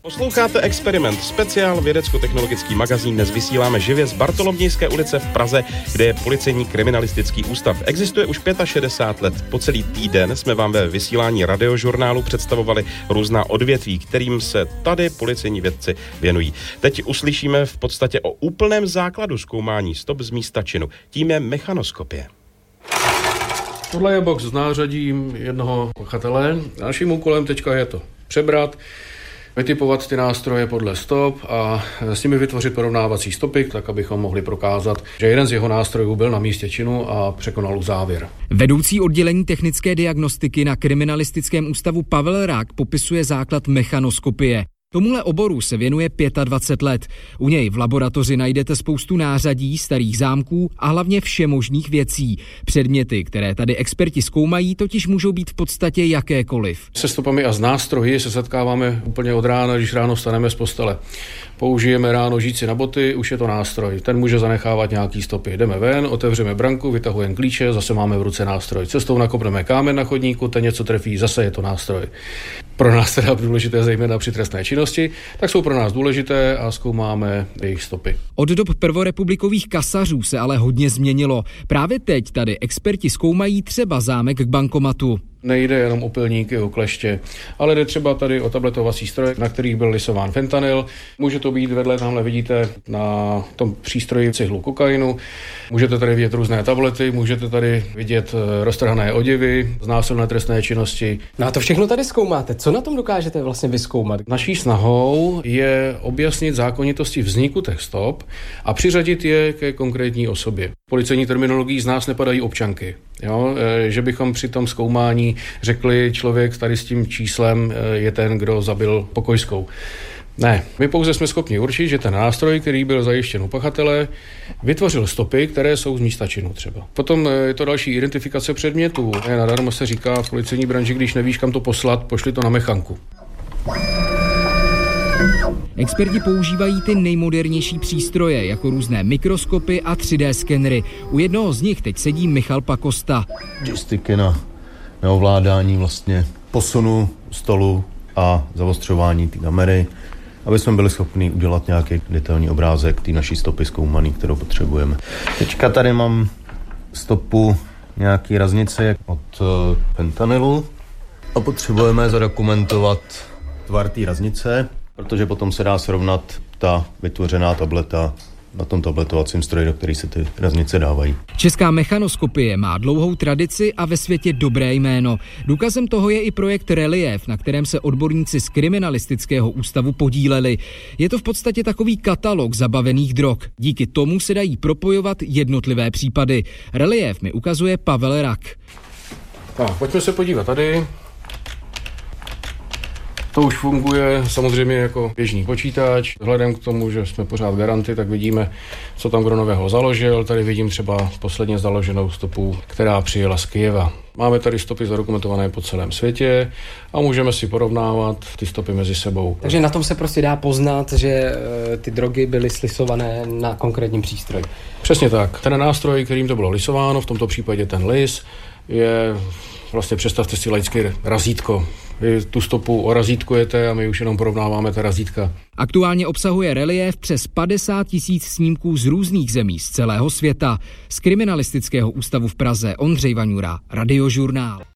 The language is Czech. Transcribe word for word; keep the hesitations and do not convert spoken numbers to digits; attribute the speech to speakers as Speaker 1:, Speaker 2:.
Speaker 1: Posloucháte Experiment, speciál vědecko-technologický magazín. Dnes vysíláme živě z Bartolomějské ulice v Praze, kde je Policejní kriminalistický ústav. Existuje už šedesát pět let. Po celý týden jsme vám ve vysílání Radiožurnálu představovali různá odvětví, kterým se tady policejní vědci věnují. Teď uslyšíme v podstatě o úplném základu zkoumání stop z místa činu. Tím je mechanoskopie.
Speaker 2: Tohle je box s nářadím jednoho pachatele. Naším úkolem teďka je to přebrat, vytipovat ty nástroje podle stop a s nimi vytvořit porovnávací stopy, tak abychom mohli prokázat, že jeden z jeho nástrojů byl na místě činu a překonal uzávěr.
Speaker 3: Vedoucí oddělení technické diagnostiky na kriminalistickém ústavu Pavel Rak popisuje základ mechanoskopie. Tomuhle oboru se věnuje dvacet pět let. U něj v laboratoři najdete spoustu nářadí, starých zámků a hlavně všemožných věcí. Předměty, které tady experti zkoumají, totiž můžou být v podstatě jakékoliv.
Speaker 2: Se stopami a s nástroji se setkáváme úplně od rána, když ráno staneme z postele. Použijeme ráno žíci na boty, už je to nástroj. Ten může zanechávat nějaký stopy. Jdeme ven, otevřeme branku, vytahujeme klíče, zase máme v ruce nástroj. Cestou nakopneme kámen na chodníku, ten něco trefí, zase je to nástroj. Pro nás teda důležité zejména při trestné činnosti, tak jsou pro nás důležité a zkoumáme jejich stopy.
Speaker 3: Od dob prvorepublikových kasařů se ale hodně změnilo. Právě teď tady experti zkoumají třeba zámek k bankomatu.
Speaker 2: Nejde jenom o pilníky, o kleště, ale jde třeba tady o tabletovací stroje, na kterých byl lisován fentanyl. Může to být vedle, tamhle vidíte na tom přístroji cihlu kokainu. Můžete tady vidět různé tablety, můžete tady vidět roztrhané oděvy z násilné trestné činnosti.
Speaker 4: No a to všechno tady zkoumáte. Co na tom dokážete vlastně vyzkoumat?
Speaker 2: Naší snahou je objasnit zákonitosti vzniku těch stop a přiřadit je ke konkrétní osobě. Policejní terminologií z nás nepadají občanky. Jo, že bychom při tom zkoumání řekli, člověk tady s tím číslem je ten, kdo zabil pokojskou. Ne, my pouze jsme schopni určit, že ten nástroj, který byl zajištěn u pachatele, vytvořil stopy, které jsou z místa činu třeba. Potom je to další identifikace předmětů. Nadarmo se říká v policejní branži, když nevíš, kam to poslat, pošli to na mechanku.
Speaker 3: Experti používají ty nejmodernější přístroje, jako různé mikroskopy a tři dé skenery. U jednoho z nich teď sedí Michal Pakosta.
Speaker 5: Joysticky na, na ovládání vlastně posunu stolu a zaostřování té kamery, aby jsme byli schopni udělat nějaký detailní obrázek té naší stopy zkoumaný, kterou potřebujeme. Teďka tady mám stopu nějaký raznice od uh, fentanylu a potřebujeme zadokumentovat tvar té raznice, protože potom se dá srovnat ta vytvořená tableta na tom tabletovacím stroji, do který se ty raznice dávají.
Speaker 3: Česká mechanoskopie má dlouhou tradici a ve světě dobré jméno. Důkazem toho je i projekt Relief, na kterém se odborníci z kriminalistického ústavu podíleli. Je to v podstatě takový katalog zabavených drog. Díky tomu se dají propojovat jednotlivé případy. Relief mi ukazuje Pavel Rak.
Speaker 2: Tak, pojďme se podívat tady. To už funguje samozřejmě jako běžný počítač. Vzhledem k tomu, že jsme pořád garanty, tak vidíme, co tam kdo nového založil. Tady vidím třeba posledně založenou stopu, která přijela z Kyjeva. Máme tady stopy zadokumentované po celém světě a můžeme si porovnávat ty stopy mezi sebou.
Speaker 4: Takže na tom se prostě dá poznat, že ty drogy byly slisované na konkrétním přístroji.
Speaker 2: Přesně tak. Ten nástroj, kterým to bylo lisováno, v tomto případě ten lis, je vlastně, představte si laické razítko. Vy tu stopu orazítkujete a my už jenom porovnáváme ta razítka.
Speaker 3: Aktuálně obsahuje Relief přes padesát tisíc snímků z různých zemí z celého světa. Z kriminalistického ústavu v Praze Ondřej Vaňura, Radiožurnál.